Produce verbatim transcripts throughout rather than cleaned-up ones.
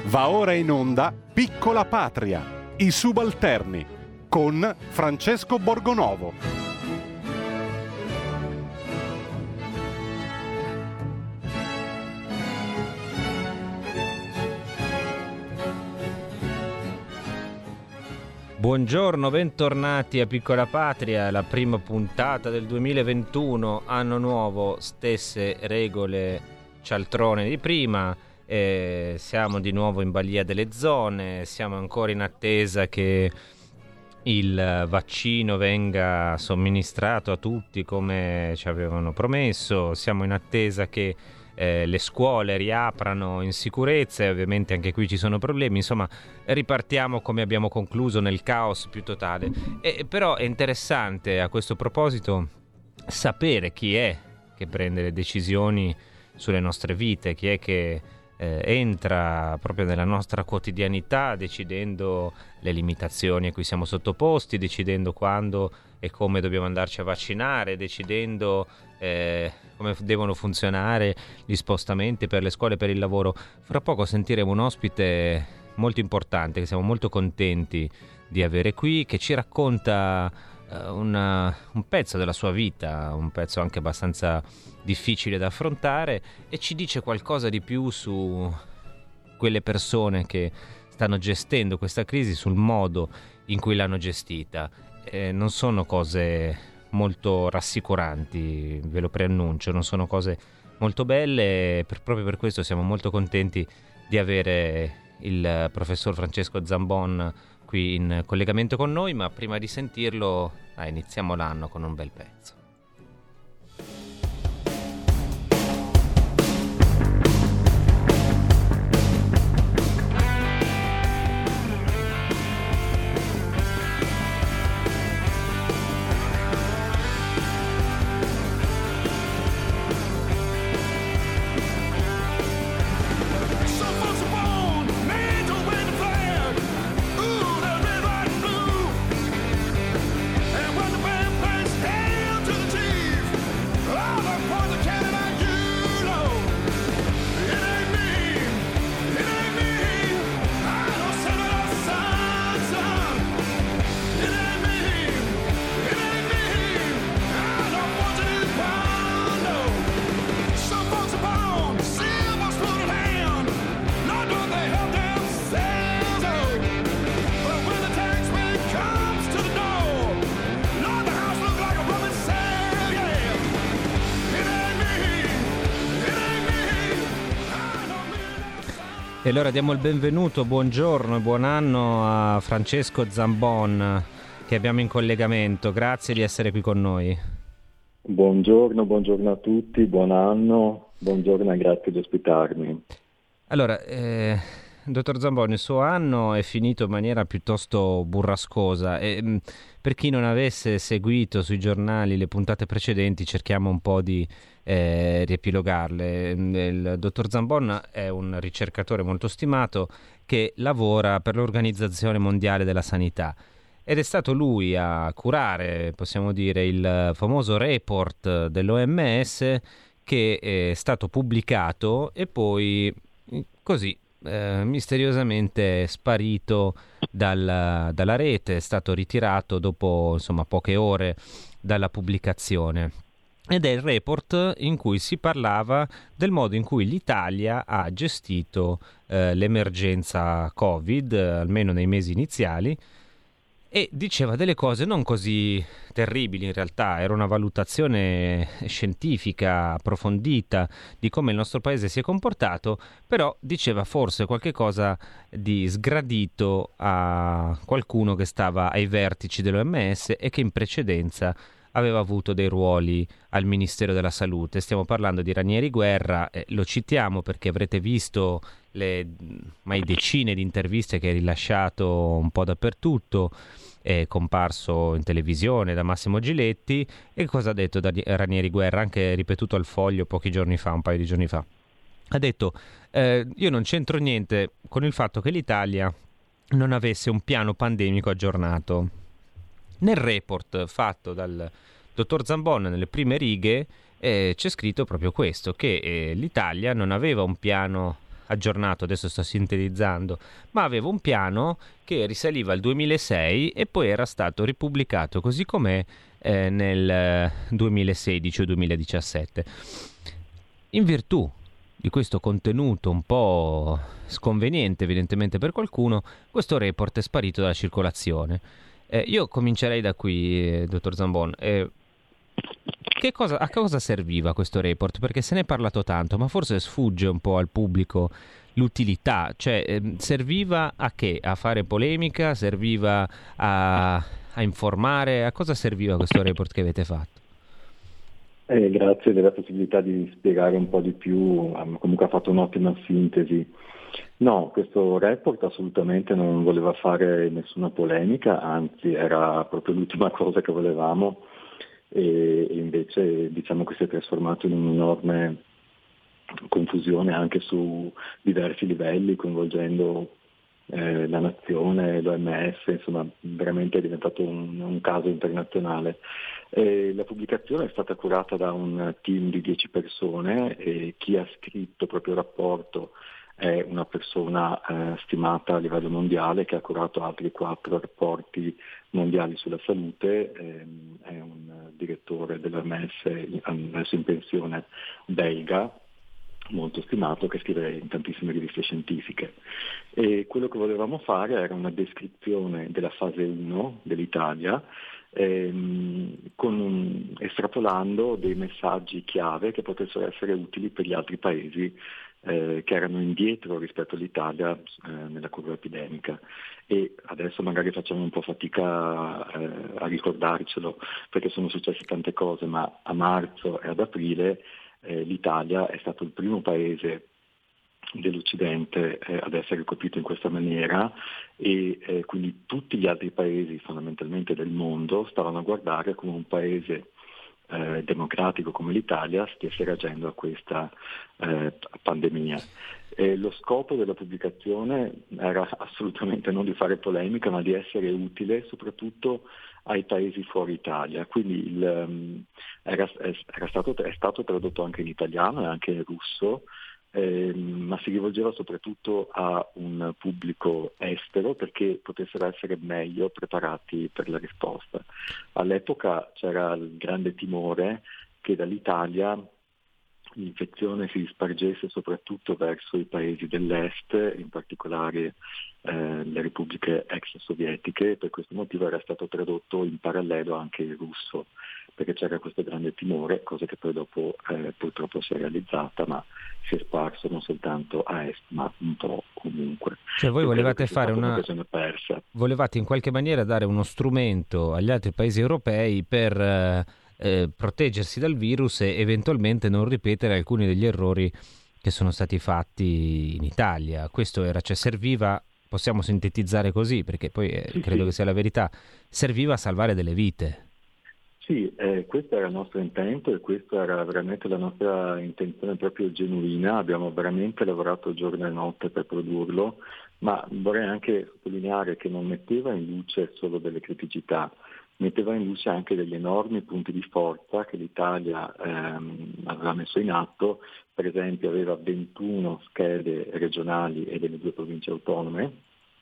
Va ora in onda Piccola Patria, i subalterni, con Francesco Borgonovo. Buongiorno, bentornati a Piccola Patria, la prima puntata del duemilaventuno, anno nuovo, stesse regole cialtrone di prima. Eh, siamo di nuovo in balia delle zone, siamo ancora in attesa che il vaccino venga somministrato a tutti come ci avevano promesso, siamo in attesa che eh, le scuole riaprano in sicurezza e ovviamente anche qui ci sono problemi, insomma ripartiamo come abbiamo concluso nel caos più totale. E, però è interessante a questo proposito sapere chi è che prende le decisioni sulle nostre vite, chi è che Eh, entra proprio nella nostra quotidianità decidendo le limitazioni a cui siamo sottoposti, decidendo quando e come dobbiamo andarci a vaccinare, decidendo eh, come devono funzionare gli spostamenti per le scuole e per il lavoro. Fra poco sentiremo un ospite molto importante che siamo molto contenti di avere qui, che ci racconta uh, una, un pezzo della sua vita, un pezzo anche abbastanza difficile da affrontare, e ci dice qualcosa di più su quelle persone che stanno gestendo questa crisi, sul modo in cui l'hanno gestita. Eh, non sono cose molto rassicuranti, ve lo preannuncio, non sono cose molto belle, per, proprio per questo siamo molto contenti di avere il professor Francesco Zambon qui in collegamento con noi, ma prima di sentirlo ah, iniziamo l'anno con un bel pezzo. E allora diamo il benvenuto, buongiorno e buon anno a Francesco Zambon che abbiamo in collegamento. Grazie di essere qui con noi. Buongiorno, buongiorno a tutti, buon anno, buongiorno e grazie di ospitarmi. Allora, eh, dottor Zambon, il suo anno è finito in maniera piuttosto burrascosa e mh, per chi non avesse seguito sui giornali le puntate precedenti cerchiamo un po' di Eh, riepilogarle. Il dottor Zambon è un ricercatore molto stimato che lavora per l'Organizzazione Mondiale della Sanità ed è stato lui a curare, possiamo dire, il famoso report dell'O M S che è stato pubblicato e poi così eh, misteriosamente sparito dal, dalla rete, è stato ritirato dopo insomma poche ore dalla pubblicazione. Ed è il report in cui si parlava del modo in cui l'Italia ha gestito eh, l'emergenza Covid, eh, almeno nei mesi iniziali, e diceva delle cose non così terribili in realtà. Era una valutazione scientifica approfondita di come il nostro paese si è comportato, però diceva forse qualche cosa di sgradito a qualcuno che stava ai vertici dell'O M S e che in precedenza aveva avuto dei ruoli al Ministero della Salute. Stiamo parlando di Ranieri Guerra, eh, lo citiamo perché avrete visto le mai decine di interviste che ha rilasciato un po' dappertutto, è comparso in televisione da Massimo Giletti. E cosa ha detto da Ranieri Guerra, anche ripetuto al Foglio pochi giorni fa, un paio di giorni fa? Ha detto eh, io non c'entro niente con il fatto che l'Italia non avesse un piano pandemico aggiornato. Nel report fatto dal dottor Zambon, nelle prime righe, eh, c'è scritto proprio questo, che eh, l'Italia non aveva un piano aggiornato, adesso sto sintetizzando, ma aveva un piano che risaliva al duemilasei e poi era stato ripubblicato così com'è eh, nel duemilasedici o duemiladiciassette. In virtù di questo contenuto un po' sconveniente evidentemente per qualcuno, questo report è sparito dalla circolazione. Eh, io comincerei da qui, eh, dottor Zambon. Eh, che cosa, a cosa serviva questo report? Perché se ne è parlato tanto, ma forse sfugge un po' al pubblico l'utilità. Cioè, eh, serviva a che? A fare polemica? Serviva a, a informare? A cosa serviva questo report che avete fatto? Eh, grazie della possibilità di spiegare un po' di più, comunque ha fatto un'ottima sintesi. No, questo report assolutamente non voleva fare nessuna polemica, anzi era proprio l'ultima cosa che volevamo e, e invece diciamo che si è trasformato in un'enorme confusione anche su diversi livelli, coinvolgendo eh, la nazione, l'O M S, insomma veramente è diventato un, un caso internazionale. E la pubblicazione è stata curata da un team di dieci persone e chi ha scritto proprio il rapporto è una persona eh, stimata a livello mondiale che ha curato altri quattro rapporti mondiali sulla salute, ehm, è un direttore dell'O M S adesso in pensione belga, molto stimato, che scrive in tantissime riviste scientifiche. E quello che volevamo fare era una descrizione della fase uno dell'Italia, ehm, con un, estrapolando dei messaggi chiave che potessero essere utili per gli altri paesi eh, che erano indietro rispetto all'Italia eh, nella curva epidemica. E adesso magari facciamo un po' fatica eh, a ricordarcelo perché sono successe tante cose, ma a marzo e ad aprile Eh, l'Italia è stato il primo paese dell'Occidente eh, ad essere colpito in questa maniera e eh, quindi tutti gli altri paesi fondamentalmente del mondo stavano a guardare come un paese eh, democratico come l'Italia stesse reagendo a questa eh, pandemia. E lo scopo della pubblicazione era assolutamente non di fare polemica, ma di essere utile soprattutto ai paesi fuori Italia. Quindi il, um, era, era stato, è stato tradotto anche in italiano e anche in russo, eh, ma si rivolgeva soprattutto a un pubblico estero perché potessero essere meglio preparati per la risposta. All'epoca c'era il grande timore che dall'Italia l'infezione si spargesse soprattutto verso i paesi dell'est, in particolare eh, le repubbliche ex sovietiche, e per questo motivo era stato tradotto in parallelo anche il russo, perché c'era questo grande timore, cosa che poi dopo eh, purtroppo si è realizzata, ma si è sparso non soltanto a est, ma un po' comunque. Cioè voi volevate fare una... persa. volevate in qualche maniera dare uno strumento agli altri paesi europei per... Eh... Eh, proteggersi dal virus e eventualmente non ripetere alcuni degli errori che sono stati fatti in Italia. Questo era, cioè serviva, possiamo sintetizzare così, perché poi eh, sì, credo sì. che sia la verità, serviva a salvare delle vite. Sì, eh, questo era il nostro intento e questa era veramente la nostra intenzione proprio genuina. Abbiamo veramente lavorato giorno e notte per produrlo, ma vorrei anche sottolineare che non metteva in luce solo delle criticità, metteva in luce anche degli enormi punti di forza che l'Italia ehm, aveva messo in atto. Per esempio aveva ventuno schede regionali e delle due province autonome,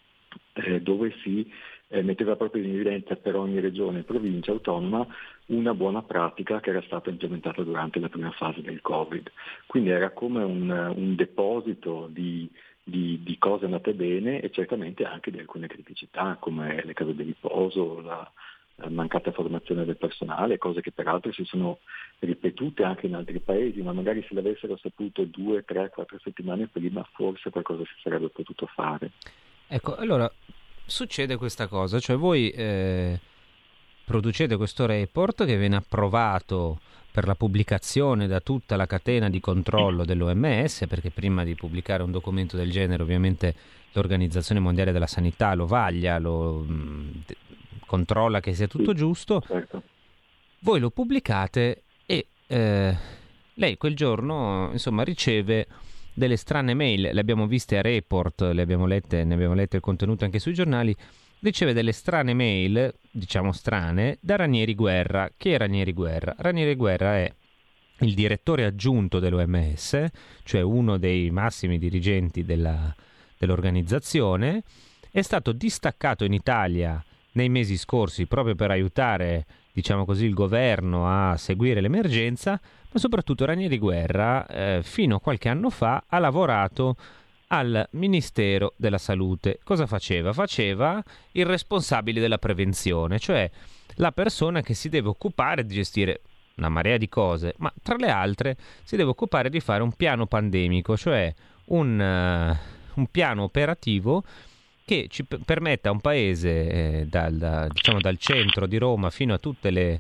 eh, dove si eh, metteva proprio in evidenza per ogni regione e provincia autonoma una buona pratica che era stata implementata durante la prima fase del Covid. Quindi era come un, un deposito di Di, di cose andate bene e certamente anche di alcune criticità come le case di riposo, la, la mancata formazione del personale, cose che peraltro si sono ripetute anche in altri paesi, ma magari se l'avessero saputo due, tre, quattro settimane prima forse qualcosa si sarebbe potuto fare. Ecco, allora succede questa cosa, cioè voi eh, producete questo report che viene approvato per la pubblicazione da tutta la catena di controllo dell'O M S, perché prima di pubblicare un documento del genere ovviamente l'Organizzazione Mondiale della Sanità lo vaglia, lo mh, de- controlla che sia tutto sì, giusto. Certo. Voi lo pubblicate e eh, lei quel giorno insomma riceve delle strane mail, le abbiamo viste a Report, le abbiamo lette, ne abbiamo letto il contenuto anche sui giornali. Riceve delle strane mail, diciamo strane, da Ranieri Guerra. Chi è Ranieri Guerra? Ranieri Guerra è il direttore aggiunto dell'O M S, cioè uno dei massimi dirigenti della, dell'organizzazione, è stato distaccato in Italia nei mesi scorsi proprio per aiutare, diciamo così, il governo a seguire l'emergenza, ma soprattutto Ranieri Guerra, eh, fino a qualche anno fa, ha lavorato al Ministero della Salute. Cosa faceva? Faceva il responsabile della prevenzione, cioè la persona che si deve occupare di gestire una marea di cose, ma tra le altre si deve occupare di fare un piano pandemico, cioè un, uh, un piano operativo che ci p- permetta a un paese eh, dal, da, diciamo, dal centro di Roma fino a tutte le,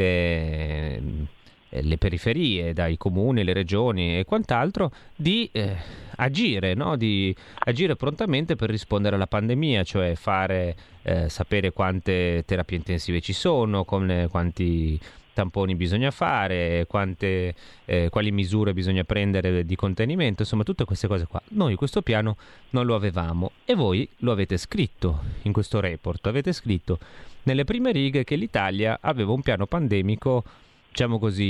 le, le periferie, dai comuni, le regioni e quant'altro, di eh, agire, no? Di agire prontamente per rispondere alla pandemia, cioè fare eh, sapere quante terapie intensive ci sono, con, quanti tamponi bisogna fare, quante, eh, quali misure bisogna prendere di contenimento, insomma tutte queste cose qua. Noi questo piano non lo avevamo e voi lo avete scritto in questo report, avete scritto nelle prime righe che l'Italia aveva un piano pandemico, diciamo così,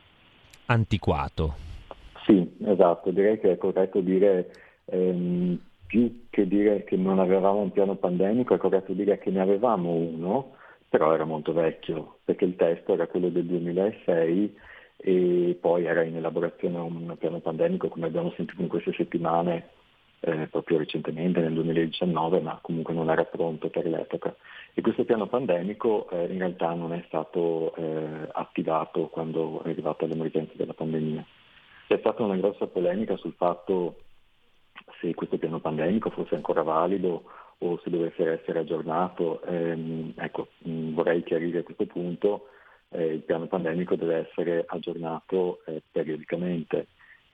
antiquato. Sì, esatto, direi che è corretto dire, ehm, più che dire che non avevamo un piano pandemico, è corretto dire che ne avevamo uno, però era molto vecchio, perché il testo era quello del duemilasei e poi era in elaborazione un piano pandemico, come abbiamo sentito in queste settimane, eh, proprio recentemente nel duemiladiciannove, ma comunque non era pronto per l'epoca. E questo piano pandemico eh, in realtà non è stato eh, attivato quando è arrivata l'emergenza della pandemia. C'è stata una grossa polemica sul fatto se questo piano pandemico fosse ancora valido o se dovesse essere aggiornato. Ehm, ecco, mh, vorrei chiarire questo punto. Eh, il piano pandemico deve essere aggiornato eh, periodicamente.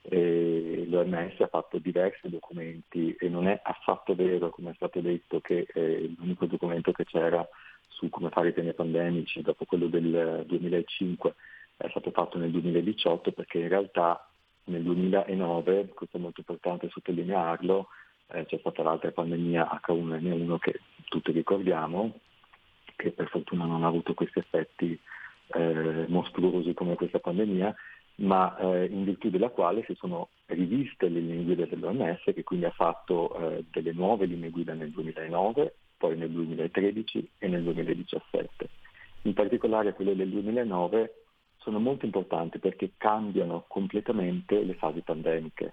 E l'O M S ha fatto diversi documenti e non è affatto vero, come è stato detto, che eh, l'unico documento che c'era su come fare i piani pandemici dopo quello del duemilacinque è stato fatto nel duemiladiciotto, perché in realtà nel duemilanove, questo è molto importante sottolinearlo, eh, c'è stata l'altra pandemia acca uno enne uno che tutti ricordiamo, che per fortuna non ha avuto questi effetti eh, mostruosi come questa pandemia, ma eh, in virtù della quale si sono riviste le linee guida dell'O M S, che quindi ha fatto eh, delle nuove linee guida nel duemilanove, poi nel duemilatredici e nel duemiladiciassette. In particolare quelle del duemilanove sono molto importanti perché cambiano completamente le fasi pandemiche,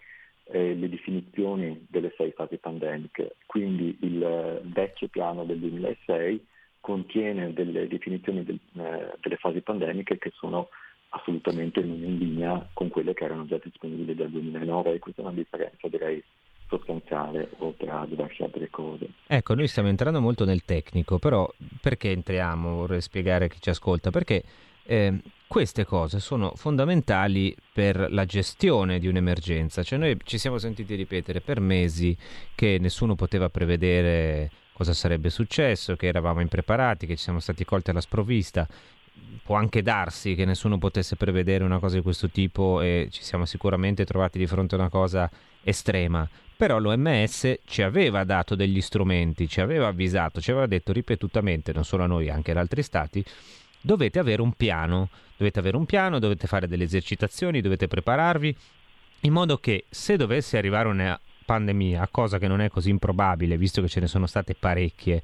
eh, le definizioni delle sei fasi pandemiche. Quindi il eh, vecchio piano del duemilasei contiene delle definizioni del, eh, delle fasi pandemiche che sono assolutamente non in linea con quelle che erano già disponibili dal duemilanove, e questa è una differenza, direi, sostanziale, oltre a diverse altre cose. Ecco, noi stiamo entrando molto nel tecnico, però perché entriamo? Vorrei spiegare a chi ci ascolta, perché eh, queste cose sono fondamentali per la gestione di un'emergenza. Cioè noi ci siamo sentiti ripetere per mesi che nessuno poteva prevedere cosa sarebbe successo, che eravamo impreparati, che ci siamo stati colti alla sprovvista. Può anche darsi che nessuno potesse prevedere una cosa di questo tipo e ci siamo sicuramente trovati di fronte a una cosa estrema, però l'O M S ci aveva dato degli strumenti, ci aveva avvisato, ci aveva detto ripetutamente, non solo a noi, anche ad altri stati: dovete avere un piano, dovete avere un piano, dovete fare delle esercitazioni, dovete prepararvi, in modo che se dovesse arrivare una pandemia, cosa che non è così improbabile visto che ce ne sono state parecchie,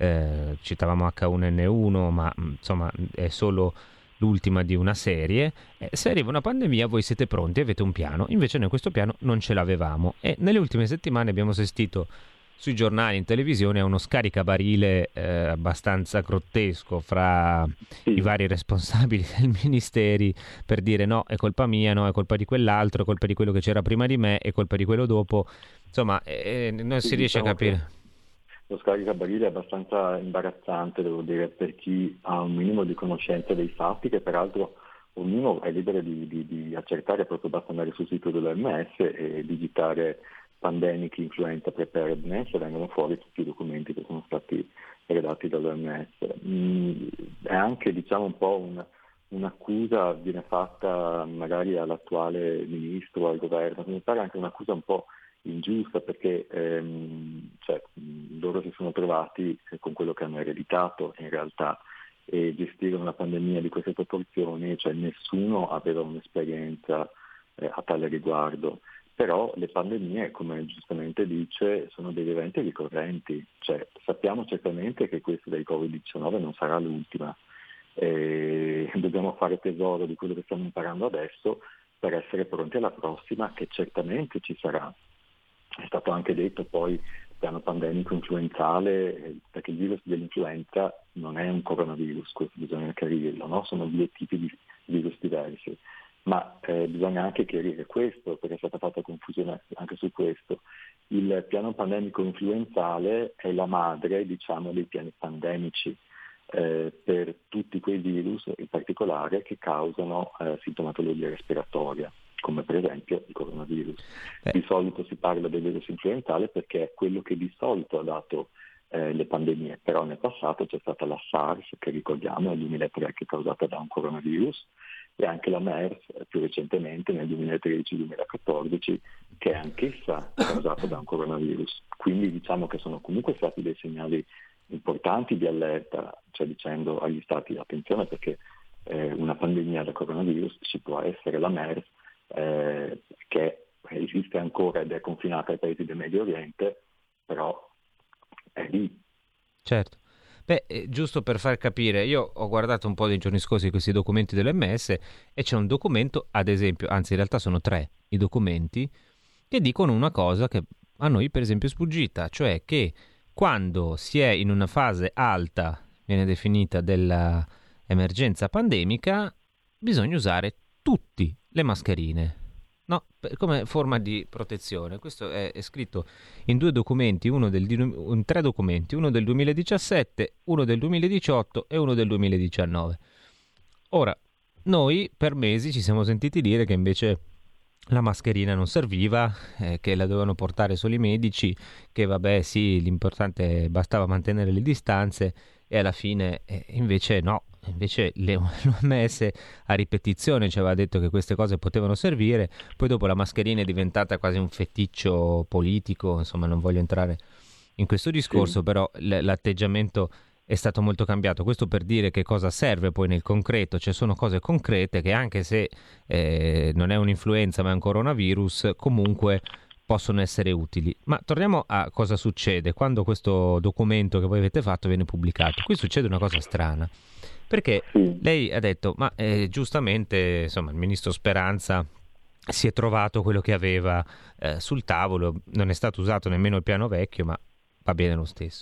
eh, citavamo acca uno enne uno, ma insomma è solo l'ultima di una serie, eh, se arriva una pandemia voi siete pronti, avete un piano. Invece noi questo piano non ce l'avevamo e nelle ultime settimane abbiamo assistito sui giornali, in televisione, a uno scaricabarile eh, abbastanza grottesco fra Sì. i vari responsabili del ministeri per dire no, è colpa mia, no, è colpa di quell'altro, è colpa di quello che c'era prima di me, è colpa di quello dopo. Insomma, eh, non Sì, si riesce diciamo a capire. Lo scaricabarile è abbastanza imbarazzante, devo dire, per chi ha un minimo di conoscenza dei fatti, che peraltro ognuno è libero di, di, di accertare, proprio basta andare sul sito dell'O M S e digitare Pandemic Influenza Preparedness e vengono fuori tutti i documenti che sono stati redatti dall'O M S. Mm, è anche, diciamo, un po' un, un'accusa, viene fatta magari all'attuale ministro, al governo, mi pare anche un'accusa un po' ingiusta, perché ehm, cioè, loro si sono trovati con quello che hanno ereditato in realtà, e gestire una pandemia di queste proporzioni, cioè nessuno aveva un'esperienza eh, a tale riguardo. Però le pandemie, come giustamente dice, sono degli eventi ricorrenti, cioè sappiamo certamente che questa del covid diciannove non sarà l'ultima, e dobbiamo fare tesoro di quello che stiamo imparando adesso per essere pronti alla prossima, che certamente ci sarà. È stato anche detto poi il piano pandemico influenzale, perché il virus dell'influenza non è un coronavirus, questo bisogna chiarirlo, no? Sono due tipi di virus diversi. Ma eh, bisogna anche chiarire questo, perché è stata fatta confusione anche su questo. Il piano pandemico influenzale è la madre, diciamo, dei piani pandemici eh, per tutti quei virus, in particolare, che causano eh, sintomatologia respiratoria, come per esempio il coronavirus. Beh. Di solito si parla del virus influenzale perché è quello che di solito ha dato eh, le pandemie, però nel passato c'è stata la SARS, che ricordiamo nel duemilatré, che è causata da un coronavirus, e anche la MERS più recentemente nel duemilatredici duemilaquattordici, che è anch'essa causata da un coronavirus. Quindi diciamo che sono comunque stati dei segnali importanti di allerta, cioè dicendo agli stati attenzione perché eh, una pandemia da coronavirus ci può essere la MERS, eh, che esiste ancora ed è confinata ai paesi del Medio Oriente, però è lì. Certo. Beh, eh, giusto per far capire, io ho guardato un po' nei giorni scorsi questi documenti dell'O M S e c'è un documento, ad esempio, anzi in realtà sono tre i documenti, che dicono una cosa che a noi per esempio è sfuggita, cioè che quando si è in una fase alta, viene definita dell'emergenza pandemica, bisogna usare tutti le mascherine. No, per- come forma di protezione. Questo è, è scritto in due documenti, uno del, di- in tre documenti, uno del duemiladiciassette, uno del duemiladiciotto e uno del duemiladiciannove. Ora, noi per mesi ci siamo sentiti dire che invece la mascherina non serviva, eh, che la dovevano portare solo i medici, che vabbè sì, l'importante bastava mantenere le distanze e alla fine eh, invece no, invece le- l'O M S a ripetizione ci aveva detto che queste cose potevano servire, poi dopo la mascherina è diventata quasi un feticcio politico, insomma non voglio entrare in questo discorso, Sì. però l- l'atteggiamento è stato molto cambiato. Questo per dire che cosa serve poi nel concreto, cioè sono cose concrete che anche se eh, non è un'influenza ma è un coronavirus, comunque possono essere utili. Ma torniamo a cosa succede quando questo documento che voi avete fatto viene pubblicato. Qui succede una cosa strana, perché Sì. lei ha detto, ma eh, giustamente, insomma, il ministro Speranza si è trovato quello che aveva eh, sul tavolo, non è stato usato nemmeno il piano vecchio, ma va bene lo stesso.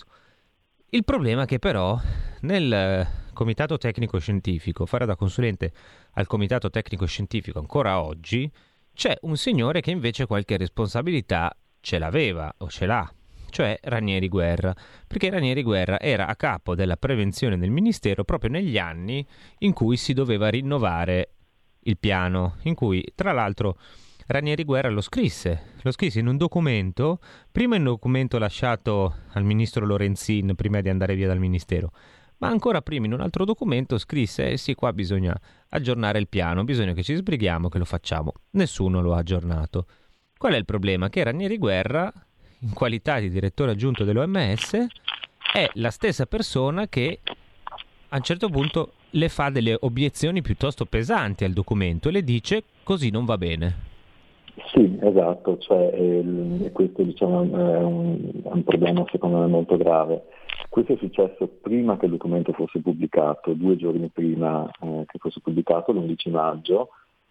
Il problema è che però nel eh, comitato tecnico scientifico, fare da consulente al comitato tecnico scientifico ancora oggi, c'è un signore che invece qualche responsabilità ce l'aveva o ce l'ha, cioè Ranieri Guerra, perché Ranieri Guerra era a capo della prevenzione del ministero proprio negli anni in cui si doveva rinnovare il piano, in cui tra l'altro Ranieri Guerra lo scrisse, lo scrisse in un documento, prima in un documento lasciato al ministro Lorenzin prima di andare via dal ministero, ma ancora prima in un altro documento scrisse, eh sì, qua bisogna aggiornare il piano, bisogna che ci sbrighiamo, che lo facciamo. Nessuno lo ha aggiornato. Qual è il problema? Che Ranieri Guerra, in qualità di direttore aggiunto dell'O M S, è la stessa persona che a un certo punto le fa delle obiezioni piuttosto pesanti al documento e le dice così non va bene. Sì, esatto, cioè, eh, e questo diciamo, è un, è un problema secondo me molto grave. Questo è successo prima che il documento fosse pubblicato, due giorni prima eh, che fosse pubblicato, l'undici maggio.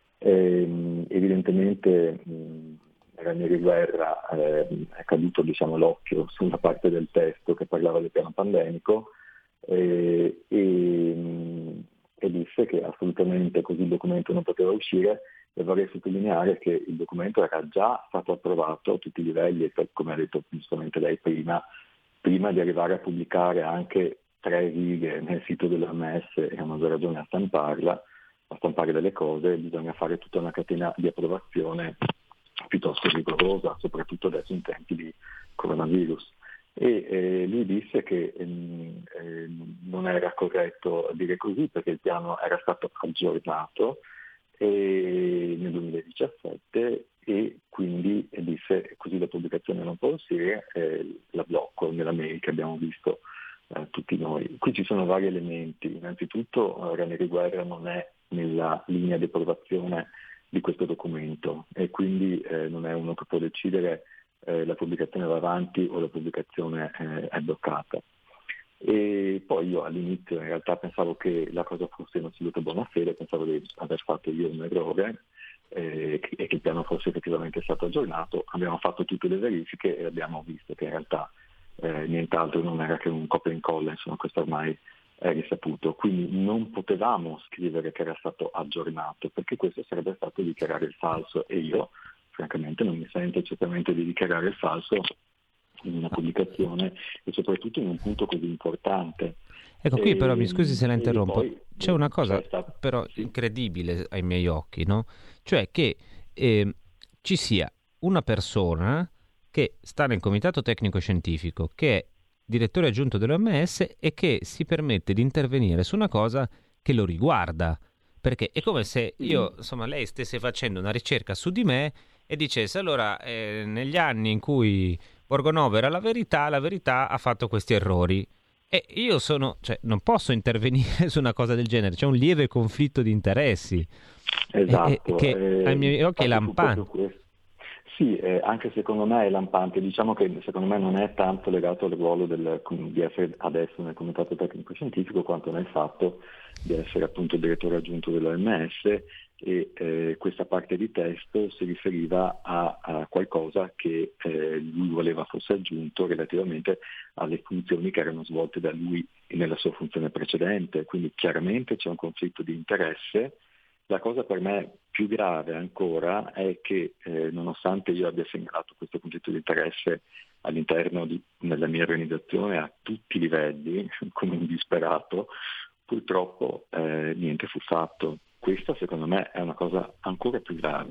E, evidentemente mh, Ranieri Guerra eh, è caduto diciamo, l'occhio sulla parte del testo che parlava del piano pandemico eh, e, mh, e disse che assolutamente così il documento non poteva uscire. E vorrei sottolineare che il documento era già stato approvato a tutti i livelli e per, come ha detto giustamente lei prima, prima di arrivare a pubblicare anche tre righe nel sito dell'O M S, e a maggior ragione a stamparla, a stampare delle cose, bisogna fare tutta una catena di approvazione piuttosto rigorosa, soprattutto adesso in tempi di coronavirus. E eh, lui disse che ehm, eh, non era corretto dire così perché il piano era stato aggiornato e nel duemiladiciassette e quindi disse così la pubblicazione non può uscire, eh, la blocco nella mail che abbiamo visto eh, tutti noi. Qui ci sono vari elementi. Innanzitutto eh, René Riguerra non è nella linea di approvazione di questo documento e quindi eh, non è uno che può decidere eh, la pubblicazione va avanti o la pubblicazione eh, è bloccata. E poi io all'inizio in realtà pensavo che la cosa fosse in assoluta buona fede, pensavo di aver fatto io un errore eh, e che il piano fosse effettivamente stato aggiornato. Abbiamo fatto tutte le verifiche e abbiamo visto che in realtà eh, nient'altro non era che un copia e incolla, insomma questo ormai è risaputo. Quindi non potevamo scrivere che era stato aggiornato, perché questo sarebbe stato dichiarare il falso e io francamente non mi sento certamente di dichiarare il falso in una pubblicazione e soprattutto in un punto così importante. Ecco, qui e, però mi scusi se la interrompo, poi, c'è una cosa stato, però sì. incredibile ai miei occhi, no? Cioè che eh, ci sia una persona che sta nel comitato tecnico scientifico, che è direttore aggiunto dell'O M S e che si permette di intervenire su una cosa che lo riguarda, perché è come se io, insomma, lei stesse facendo una ricerca su di me e dicesse allora eh, negli anni in cui Borgonovo era la verità, la verità ha fatto questi errori e io sono, cioè non posso intervenire su una cosa del genere, c'è un lieve conflitto di interessi. Esatto, e, e che eh, ai miei occhi è lampante. Sì, eh, anche secondo me è lampante, diciamo che secondo me non è tanto legato al ruolo del, di essere adesso nel comitato tecnico scientifico quanto nel fatto di essere appunto direttore aggiunto dell'O M S e eh, questa parte di testo si riferiva a, a qualcosa che eh, lui voleva fosse aggiunto relativamente alle funzioni che erano svolte da lui nella sua funzione precedente, quindi chiaramente c'è un conflitto di interesse. La cosa per me più grave ancora è che eh, nonostante io abbia segnalato questo conflitto di interesse all'interno di, nella mia organizzazione a tutti i livelli, come un disperato, purtroppo eh, niente fu fatto. Questa secondo me è una cosa ancora più grave.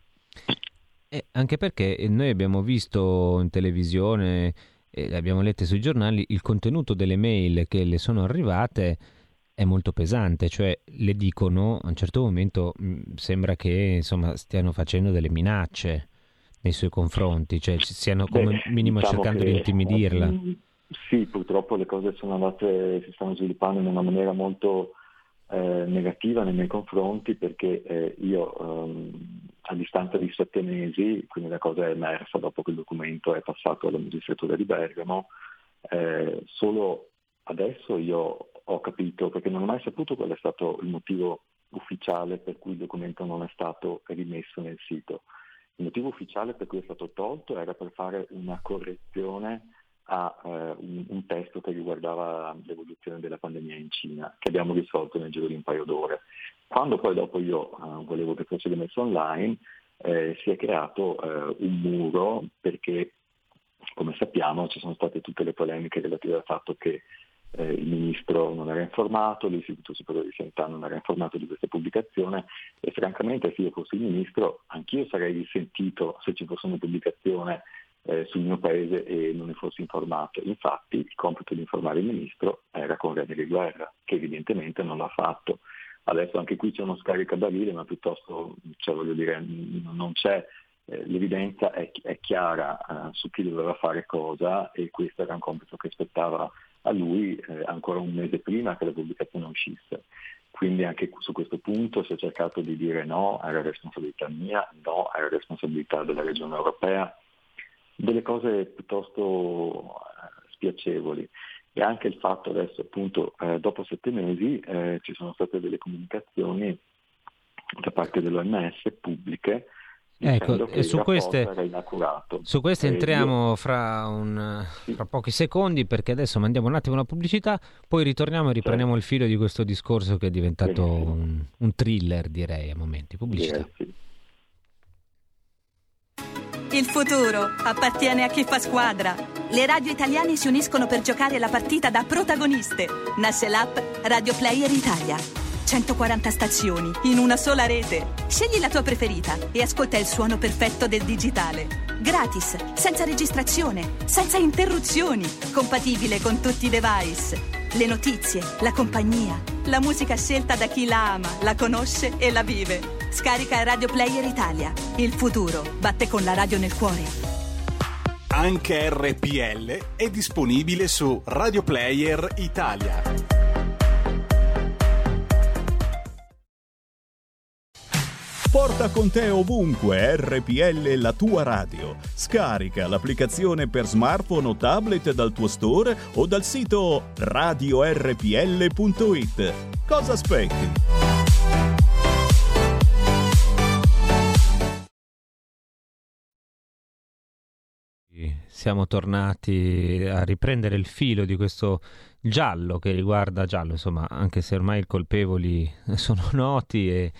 Eh, anche perché noi abbiamo visto in televisione, eh, abbiamo letto sui giornali, il contenuto delle mail che le sono arrivate è molto pesante, cioè le dicono a un certo momento mh, sembra che insomma stiano facendo delle minacce nei suoi confronti, cioè ci stiano come Beh, minimo diciamo cercando che, di intimidirla. Mh, sì, purtroppo le cose sono andate, si stanno sviluppando in una maniera molto eh, negativa nei miei confronti perché eh, io ehm, a distanza di sette mesi, quindi la cosa è emersa dopo che il documento è passato alla magistratura di Bergamo, eh, solo adesso io ho capito, perché non ho mai saputo qual è stato il motivo ufficiale per cui il documento non è stato rimesso nel sito. Il motivo ufficiale per cui è stato tolto era per fare una correzione a eh, un, un testo che riguardava l'evoluzione della pandemia in Cina, che abbiamo risolto nel giro di un paio d'ore. Quando poi dopo io eh, volevo che fosse rimesso online, eh, si è creato eh, un muro perché, come sappiamo, ci sono state tutte le polemiche relative al fatto che Eh, il ministro non era informato, l'Istituto Superiore di Sanità non era informato di questa pubblicazione e francamente se io fossi il ministro anch'io sarei risentito se ci fosse una pubblicazione eh, sul mio paese e non ne fossi informato. Infatti il compito di informare il ministro era con René Riguerra, che evidentemente non l'ha fatto. Adesso anche qui c'è uno scaricabarile, ma piuttosto, cioè, voglio dire, non c'è, eh, l'evidenza è, è chiara eh, su chi doveva fare cosa e questo era un compito che spettava a lui eh, ancora un mese prima che la pubblicazione uscisse. Quindi anche su questo punto si è cercato di dire no, era responsabilità mia, no, era responsabilità della Regione Europea, delle cose piuttosto eh, spiacevoli. E anche il fatto adesso appunto eh, dopo sette mesi eh, ci sono state delle comunicazioni da parte dell'O M S pubbliche. Ecco, e su queste, su queste eh, entriamo io... fra, un, fra pochi secondi perché adesso mandiamo un attimo una pubblicità, poi ritorniamo e riprendiamo certo. il filo di questo discorso che è diventato un, un thriller, direi, a momenti. Pubblicità. Sì. Il futuro appartiene a chi fa squadra. Le radio italiane si uniscono per giocare la partita da protagoniste. Nasce l'app Radio Player Italia. centoquaranta stazioni in una sola rete. Scegli la tua preferita e ascolta il suono perfetto del digitale. Gratis, senza registrazione, senza interruzioni, compatibile con tutti i device. Le notizie, la compagnia, la musica scelta da chi la ama, la conosce e la vive. Scarica Radio Player Italia. Il futuro batte con la radio nel cuore. Anche R P L è disponibile su Radio Player Italia. Porta con te ovunque R P L, la tua radio. Scarica l'applicazione per smartphone o tablet dal tuo store o dal sito radio r p l punto i t. Cosa aspetti? Siamo tornati a riprendere il filo di questo giallo che riguarda giallo, insomma, anche se ormai i colpevoli sono noti e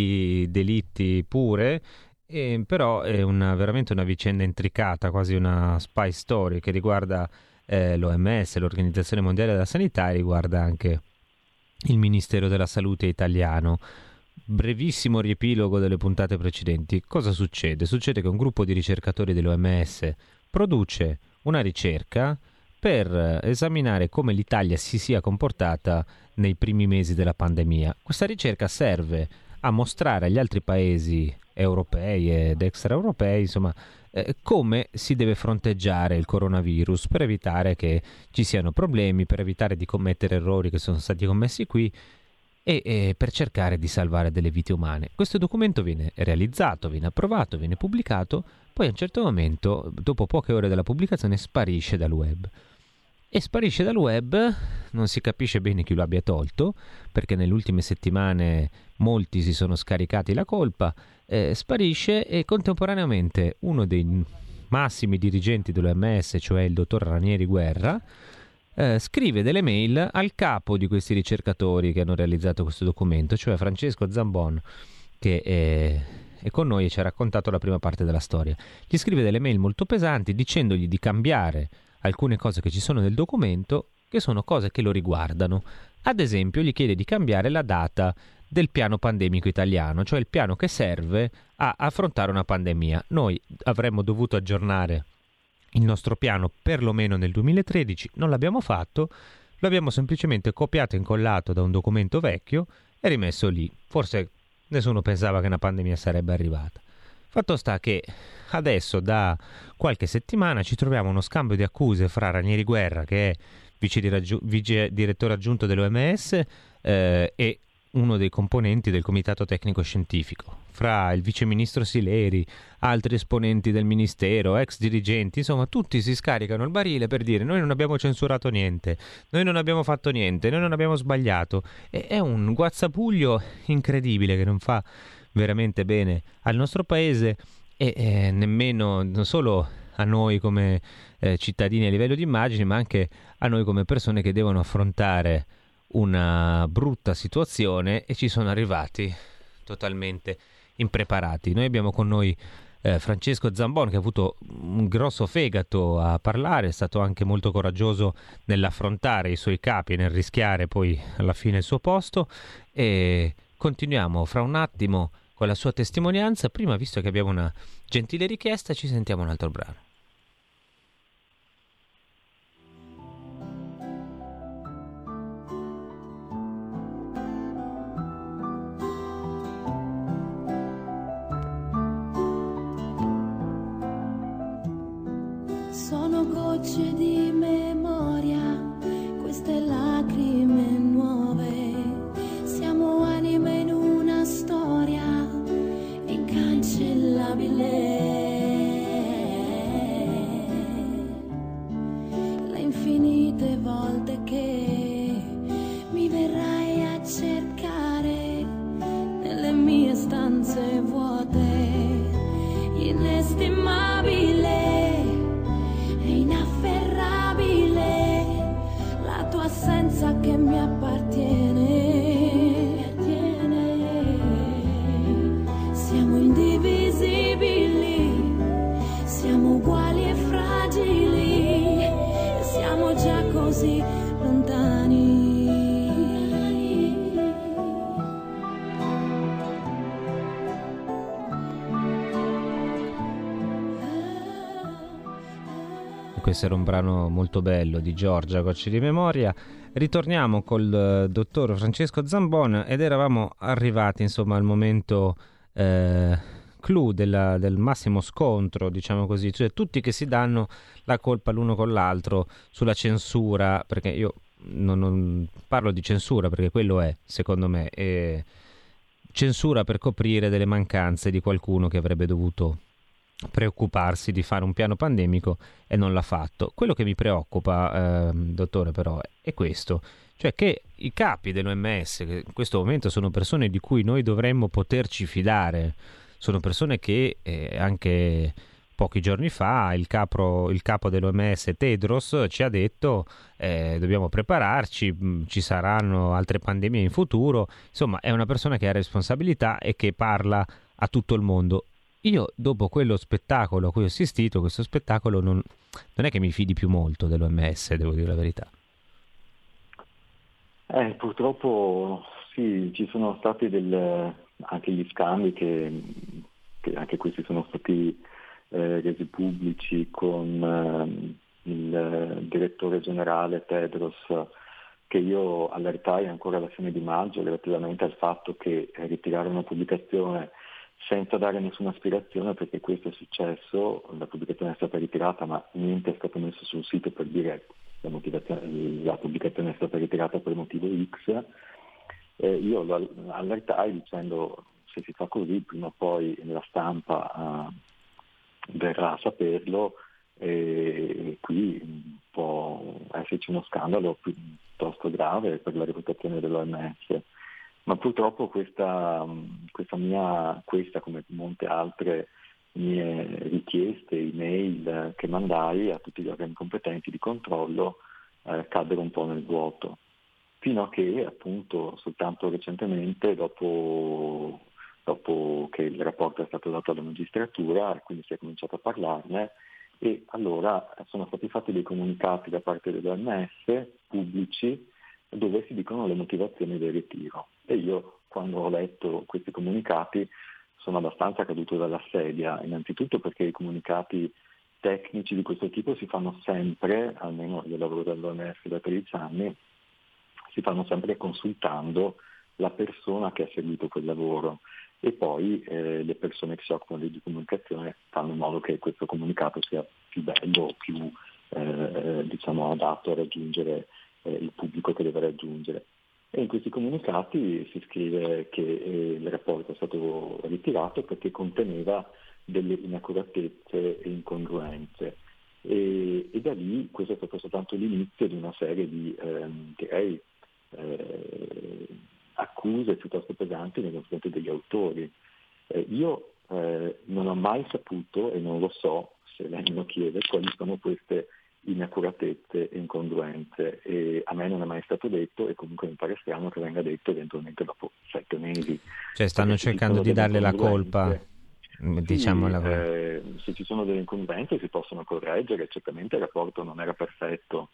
i delitti pure, e però è una, veramente una vicenda intricata, quasi una spy story che riguarda eh, l'O M S, l'Organizzazione Mondiale della Sanità, e riguarda anche il Ministero della Salute italiano. Brevissimo riepilogo delle puntate precedenti. Cosa succede? Succede che un gruppo di ricercatori dell'O M S produce una ricerca per esaminare come l'Italia si sia comportata nei primi mesi della pandemia. Questa ricerca serve a mostrare agli altri paesi europei ed extraeuropei, insomma, eh, come si deve fronteggiare il coronavirus per evitare che ci siano problemi, per evitare di commettere errori che sono stati commessi qui e, e per cercare di salvare delle vite umane. Questo documento viene realizzato, viene approvato, viene pubblicato, poi a un certo momento, dopo poche ore dalla pubblicazione, sparisce dal web. E sparisce dal web, non si capisce bene chi lo abbia tolto, perché nelle ultime settimane molti si sono scaricati la colpa, eh, sparisce e contemporaneamente uno dei massimi dirigenti dell'O M S, cioè il dottor Ranieri Guerra, eh, scrive delle mail al capo di questi ricercatori che hanno realizzato questo documento, cioè Francesco Zambon, che è... e con noi ci ha raccontato la prima parte della storia. Gli scrive delle mail molto pesanti dicendogli di cambiare alcune cose che ci sono nel documento, che sono cose che lo riguardano. Ad esempio gli chiede di cambiare la data del piano pandemico italiano, cioè il piano che serve a affrontare una pandemia. Noi avremmo dovuto aggiornare il nostro piano perlomeno nel duemilatredici, non l'abbiamo fatto, lo abbiamo semplicemente copiato e incollato da un documento vecchio e rimesso lì. Forse nessuno pensava che una pandemia sarebbe arrivata. Fatto sta che adesso da qualche settimana ci troviamo uno scambio di accuse fra Ranieri Guerra, che è vice, diraggiu- vice direttore aggiunto dell'O M S, eh, e uno dei componenti del comitato tecnico scientifico, fra il viceministro Sileri, altri esponenti del ministero, ex dirigenti, insomma tutti si scaricano il barile per dire noi non abbiamo censurato niente, noi non abbiamo fatto niente, noi non abbiamo sbagliato. E è un guazzabuglio incredibile che non fa veramente bene al nostro paese e eh, nemmeno non solo a noi come eh, cittadini a livello di immagine, ma anche a noi come persone che devono affrontare una brutta situazione e ci sono arrivati totalmente impreparati. Noi abbiamo con noi eh, Francesco Zambon, che ha avuto un grosso fegato a parlare, è stato anche molto coraggioso nell'affrontare i suoi capi e nel rischiare poi alla fine il suo posto, e continuiamo fra un attimo con la sua testimonianza. Prima, visto che abbiamo una gentile richiesta, ci sentiamo un altro brano. Sono gocce di memoria, queste lacrime nuove, siamo anime in una storia incancellabile. Le infinite volte che mi verrai a cercare nelle mie stanze vuote, inestimabile, inafferrabile, la tua assenza che mi appartiene, siamo indivisibili, siamo uguali e fragili, siamo già così lontani. Questo era un brano molto bello di Giorgia, Gocce di Memoria. Ritorniamo col uh, dottor Francesco Zambon ed eravamo arrivati insomma al momento eh, clou della, del massimo scontro, diciamo così, cioè tutti che si danno la colpa l'uno con l'altro sulla censura, perché io non, non parlo di censura perché quello è, secondo me, è censura per coprire delle mancanze di qualcuno che avrebbe dovuto preoccuparsi di fare un piano pandemico e non l'ha fatto. Quello che mi preoccupa, eh, dottore, però è questo, cioè che i capi dell'O M S, che in questo momento sono persone di cui noi dovremmo poterci fidare, sono persone che eh, anche pochi giorni fa il capo, il capo dell'O M S Tedros ci ha detto eh, dobbiamo prepararci, mh, ci saranno altre pandemie in futuro, insomma è una persona che ha responsabilità e che parla a tutto il mondo. Io dopo quello spettacolo a cui ho assistito, questo spettacolo non, non è che mi fidi più molto dell'O M S, devo dire la verità. Eh, purtroppo sì, ci sono stati del, anche gli scambi che, che anche questi sono stati eh, resi pubblici con eh, il direttore generale Tedros, che io allertai ancora alla fine di maggio relativamente al fatto che ritirare una pubblicazione senza dare nessuna spiegazione, perché questo è successo, la pubblicazione è stata ritirata ma niente è stato messo sul sito per dire la, motivazione, la pubblicazione è stata ritirata per motivo X, eh, io lo allertai dicendo se si fa così prima o poi la stampa uh, verrà a saperlo e qui può esserci uno scandalo piuttosto grave per la reputazione dell'O M S. Ma purtroppo questa, questa mia, questa come molte altre mie richieste, email che mandai a tutti gli organi competenti di controllo eh, caddero un po' nel vuoto, fino a che appunto soltanto recentemente, dopo, dopo che il rapporto è stato dato alla magistratura, quindi si è cominciato a parlarne, e allora sono stati fatti dei comunicati da parte dell'O M S pubblici dove si dicono le motivazioni del ritiro. E io, quando ho letto questi comunicati, sono abbastanza caduto dalla sedia, innanzitutto perché i comunicati tecnici di questo tipo si fanno sempre, almeno io lavoro dall'O M S da tredici anni, si fanno sempre consultando la persona che ha seguito quel lavoro e poi eh, le persone che si occupano di comunicazione fanno in modo che questo comunicato sia più bello, più eh, diciamo adatto a raggiungere il pubblico che deve raggiungere. E in questi comunicati si scrive che eh, il rapporto è stato ritirato perché conteneva delle inaccuratezze e incongruenze e, e da lì questo è stato soltanto l'inizio di una serie di ehm, direi eh, accuse piuttosto pesanti nei confronti degli autori. Eh, io eh, non ho mai saputo e non lo so, se lei me lo chiede, quali sono queste inaccuratezze e incongruenze, e a me non è mai stato detto e comunque mi pare strano che venga detto eventualmente dopo sette mesi. Cioè stanno cercando di darle la colpa, diciamo. Sì, eh, se ci sono delle incongruenze si possono correggere, certamente il rapporto non era perfetto,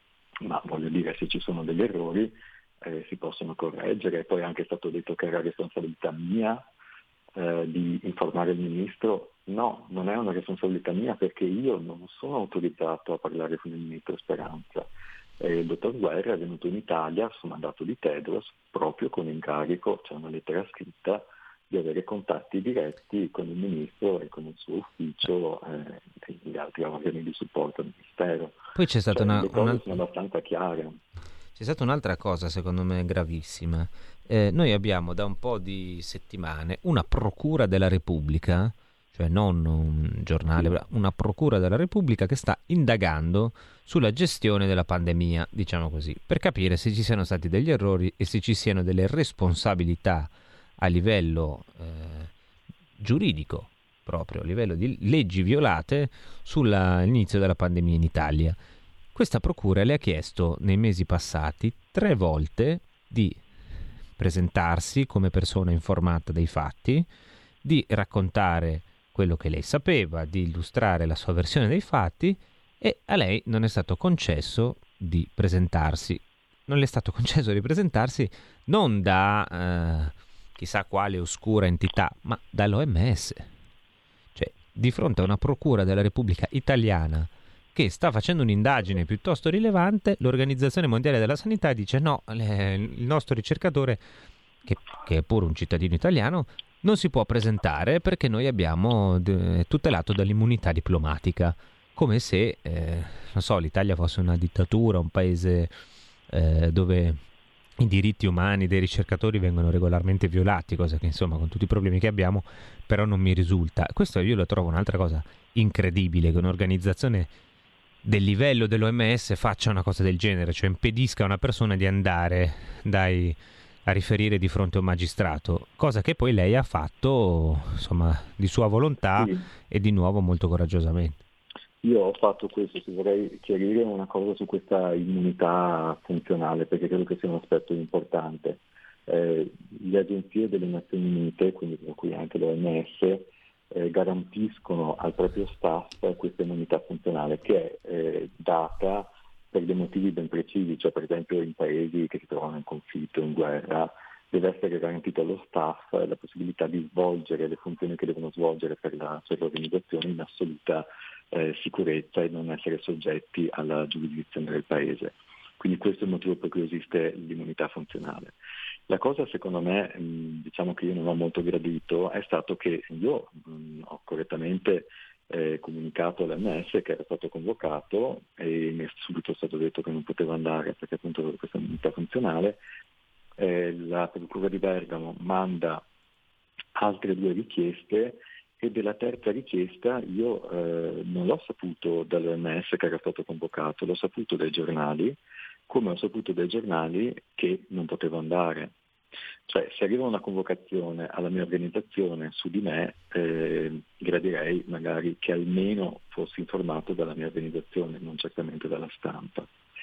ma voglio dire se ci sono degli errori eh, si possono correggere. Poi è anche stato detto che era responsabilità mia eh, di informare il ministro. No, non è una responsabilità mia perché io non sono autorizzato a parlare con il ministro Speranza. Eh, il dottor Guerra è venuto in Italia su mandato di Tedros proprio con incarico, c'è una lettera scritta, di avere contatti diretti con il ministro e con il suo ufficio eh, e gli altri organi di supporto al ministero. Poi c'è stata cioè, una... le cose una... sono abbastanza chiare. C'è stata un'altra cosa secondo me gravissima. Eh, noi abbiamo da un po' di settimane una procura della Repubblica, cioè non un giornale, una procura della Repubblica che sta indagando sulla gestione della pandemia, diciamo così, per capire se ci siano stati degli errori e se ci siano delle responsabilità a livello eh, giuridico, proprio a livello di leggi violate sull'inizio della pandemia in Italia. Questa procura le ha chiesto nei mesi passati tre volte di presentarsi come persona informata dei fatti, di raccontare quello che lei sapeva, di illustrare la sua versione dei fatti, e a lei non è stato concesso di presentarsi. Non le è stato concesso di presentarsi non da eh, chissà quale oscura entità, ma dall'O M S. Cioè, di fronte a una procura della Repubblica Italiana che sta facendo un'indagine piuttosto rilevante, l'Organizzazione Mondiale della Sanità dice no, le, il nostro ricercatore, che, che è pure un cittadino italiano, non si può presentare perché noi abbiamo de- tutelato dall'immunità diplomatica, come se, eh, non so, l'Italia fosse una dittatura, un paese eh, dove i diritti umani dei ricercatori vengono regolarmente violati, cosa che insomma con tutti i problemi che abbiamo però non mi risulta. Questo io lo trovo un'altra cosa incredibile, che un'organizzazione del livello dell'O M S faccia una cosa del genere, cioè impedisca a una persona di andare dai, a riferire di fronte a un magistrato, cosa che poi lei ha fatto insomma di sua volontà Sì. e di nuovo molto coraggiosamente. Io ho fatto questo, se vorrei chiarire una cosa su questa immunità funzionale, perché credo che sia un aspetto importante. Eh, le agenzie delle Nazioni Unite, quindi tra cui anche l'O M S, eh, garantiscono al proprio staff questa immunità funzionale che è eh, data per dei motivi ben precisi, cioè per esempio in paesi che si trovano in conflitto, in guerra, deve essere garantito allo staff la possibilità di svolgere le funzioni che devono svolgere per la sua organizzazione in assoluta eh, sicurezza e non essere soggetti alla giurisdizione del paese. Quindi questo è il motivo per cui esiste l'immunità funzionale. La cosa secondo me, mh, diciamo che io non ho molto gradito, è stato che io mh, ho correttamente eh, comunicato all'O M S che era stato convocato e mi è subito stato detto che non poteva andare perché appunto avevo questa immunità funzionale. Eh, la Procura di Bergamo manda altre due richieste e della terza richiesta io eh, non l'ho saputo dall'O M S che era stato convocato, l'ho saputo dai giornali, come ho saputo dai giornali che non potevo andare. Cioè se arriva una convocazione alla mia organizzazione su di me, eh, gradirei magari che almeno fossi informato dalla mia organizzazione, non certamente dalla stampa.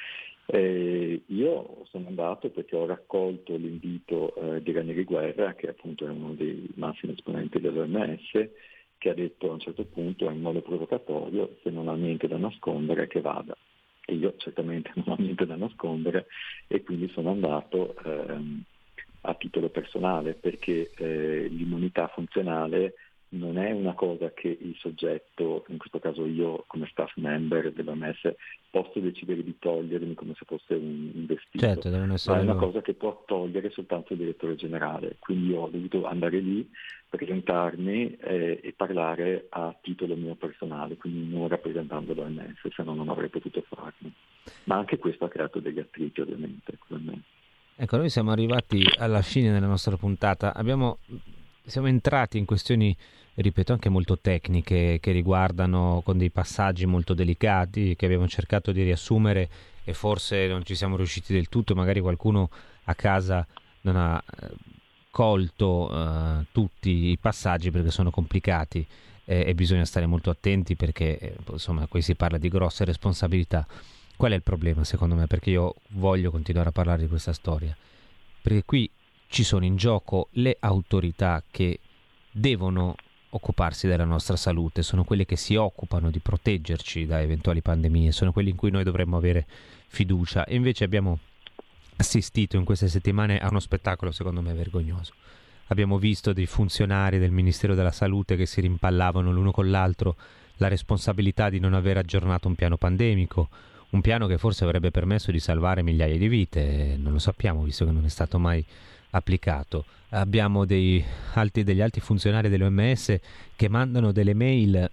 Eh, io sono andato perché ho raccolto l'invito eh, di Ranieri Guerra, che appunto è uno dei massimi esponenti dell'O M S, che ha detto a un certo punto in modo provocatorio: se non ha niente da nascondere che vada. E io certamente non ho niente da nascondere e quindi sono andato ehm, a titolo personale, perché eh, l'immunità funzionale non è una cosa che il soggetto, in questo caso io come staff member dell'O M S, posso decidere di togliermi come se fosse un, un vestito, Certo, devono essere ma è una loro. cosa che può togliere soltanto il direttore generale. Quindi io ho dovuto andare lì, presentarmi eh, e parlare a titolo mio personale, quindi non rappresentando l'O M S, se no non avrei potuto farlo. Ma anche questo ha creato degli attriti ovviamente con me. Ecco, noi siamo arrivati alla fine della nostra puntata, abbiamo, siamo entrati in questioni, ripeto, anche molto tecniche, che riguardano con dei passaggi molto delicati che abbiamo cercato di riassumere e forse non ci siamo riusciti del tutto, magari qualcuno a casa non ha eh, colto eh, tutti i passaggi perché sono complicati eh, e bisogna stare molto attenti perché eh, insomma qui si parla di grosse responsabilità. Qual è il problema secondo me? Perché io voglio continuare a parlare di questa storia, perché qui ci sono in gioco le autorità che devono occuparsi della nostra salute, sono quelle che si occupano di proteggerci da eventuali pandemie, sono quelli in cui noi dovremmo avere fiducia e invece abbiamo assistito in queste settimane a uno spettacolo secondo me vergognoso. Abbiamo visto dei funzionari del Ministero della Salute che si rimpallavano l'uno con l'altro la responsabilità di non aver aggiornato un piano pandemico, un piano che forse avrebbe permesso di salvare migliaia di vite, non lo sappiamo visto che non è stato mai applicato. Abbiamo dei alti, degli alti funzionari dell'O M S che mandano delle mail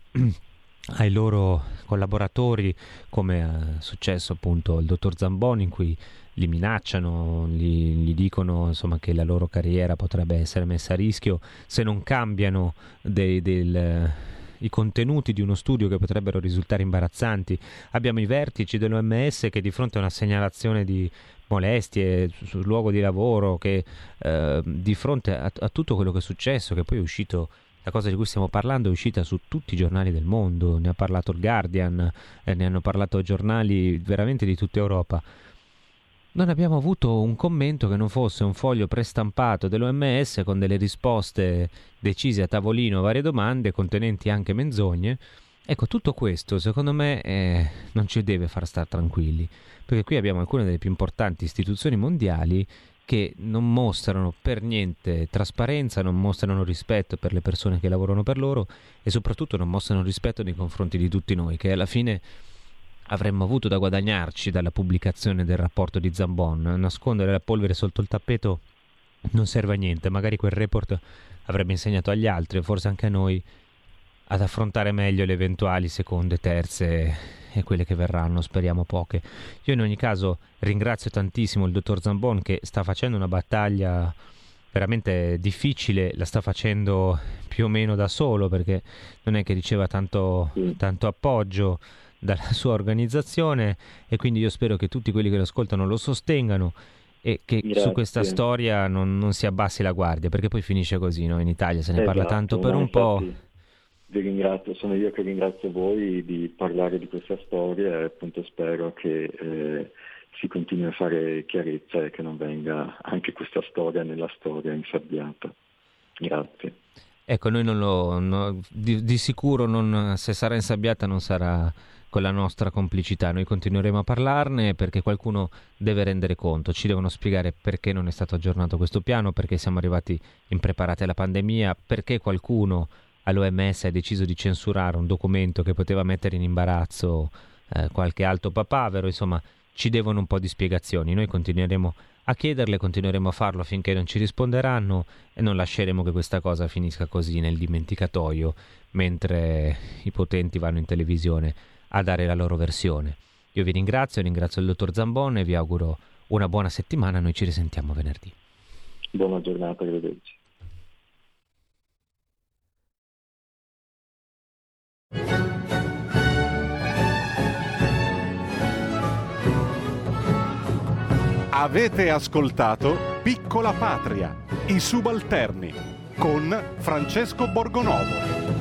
ai loro collaboratori, come è successo appunto al dottor Zamboni, in cui li minacciano, gli, gli dicono insomma che la loro carriera potrebbe essere messa a rischio se non cambiano dei, del, i contenuti di uno studio che potrebbero risultare imbarazzanti. Abbiamo i vertici dell'O M S che di fronte a una segnalazione di molestie sul luogo di lavoro, che eh, di fronte a, a tutto quello che è successo, che poi è uscito, la cosa di cui stiamo parlando è uscita su tutti i giornali del mondo, ne ha parlato il Guardian, eh, ne hanno parlato giornali veramente di tutta Europa. Non abbiamo avuto un commento che non fosse un foglio prestampato dell'O M S con delle risposte decise a tavolino a varie domande contenenti anche menzogne. Ecco, tutto questo secondo me eh, non ci deve far stare tranquilli, perché qui abbiamo alcune delle più importanti istituzioni mondiali che non mostrano per niente trasparenza, non mostrano rispetto per le persone che lavorano per loro e soprattutto non mostrano rispetto nei confronti di tutti noi, che alla fine avremmo avuto da guadagnarci dalla pubblicazione del rapporto di Zambon. Nascondere la polvere sotto il tappeto non serve a niente. Magari quel report avrebbe insegnato agli altri, e forse anche a noi, ad affrontare meglio le eventuali seconde, terze e quelle che verranno, speriamo poche. Io in ogni caso ringrazio tantissimo il dottor Zambon, che sta facendo una battaglia veramente difficile, la sta facendo più o meno da solo, perché non è che riceva tanto, tanto appoggio dalla sua organizzazione, e quindi io spero che tutti quelli che lo ascoltano lo sostengano e che Grazie. su questa storia non, non si abbassi la guardia, perché poi finisce così, no? In Italia se ne Esatto, parla tanto per no, un po'. infatti, vi ringrazio, sono io che ringrazio voi di parlare di questa storia, e appunto spero che eh, si continui a fare chiarezza e che non venga anche questa storia nella storia insabbiata. Grazie. Ecco, noi non lo no, di, di sicuro non, se sarà insabbiata non sarà con la nostra complicità, noi continueremo a parlarne, perché qualcuno deve rendere conto, ci devono spiegare perché non è stato aggiornato questo piano, perché siamo arrivati impreparati alla pandemia, perché qualcuno all'O M S ha deciso di censurare un documento che poteva mettere in imbarazzo eh, qualche alto papavero. Insomma, ci devono un po' di spiegazioni, noi continueremo a chiederle, continueremo a farlo finché non ci risponderanno, e non lasceremo che questa cosa finisca così nel dimenticatoio mentre i potenti vanno in televisione a dare la loro versione. Io vi ringrazio, ringrazio il dottor Zambon e vi auguro una buona settimana. Noi ci risentiamo venerdì. Buona giornata, arrivederci. Avete ascoltato Piccola Patria, i subalterni, con Francesco Borgonovo.